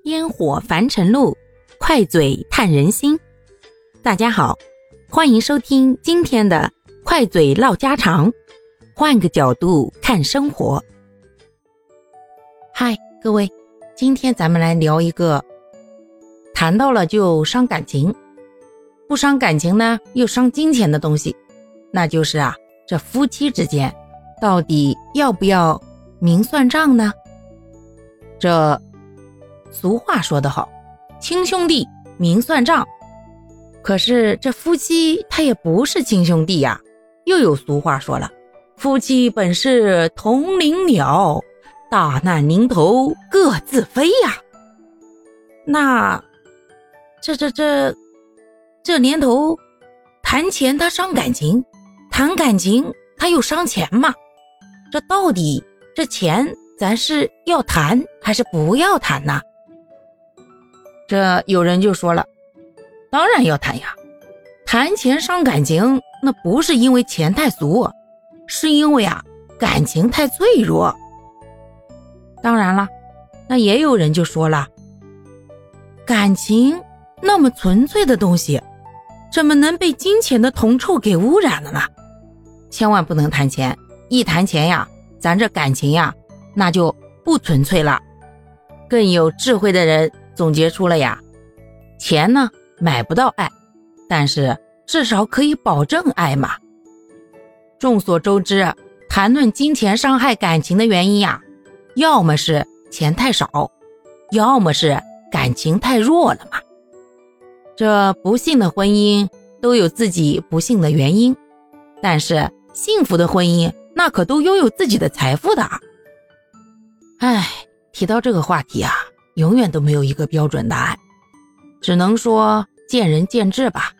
烟火凡尘路，快嘴探人心。大家好，欢迎收听今天的快嘴唠家常，换个角度看生活。嗨，各位，今天咱们来聊一个谈到了就伤感情，不伤感情呢又伤金钱的东西，那就是这夫妻之间到底要不要明算账呢？这俗话说得好，亲兄弟明算账。可是这夫妻他也不是亲兄弟呀，又有俗话说了，夫妻本是同林鸟，大难临头各自飞呀。那这年头谈钱他伤感情，谈感情他又伤钱嘛。这到底这钱咱是要谈还是不要谈呢？这有人就说了，当然要谈呀，谈钱伤感情，那不是因为钱太俗，是因为感情太脆弱。当然了，那也有人就说了，感情那么纯粹的东西，怎么能被金钱的铜臭给污染了呢？千万不能谈钱，一谈钱咱这感情那就不纯粹了。更有智慧的人总结出了钱呢买不到爱，但是至少可以保证爱嘛。众所周知，谈论金钱伤害感情的原因要么是钱太少，要么是感情太弱了嘛。这不幸的婚姻都有自己不幸的原因，但是幸福的婚姻那可都拥有自己的财富的。提到这个话题永远都没有一个标准答案，只能说见仁见智吧。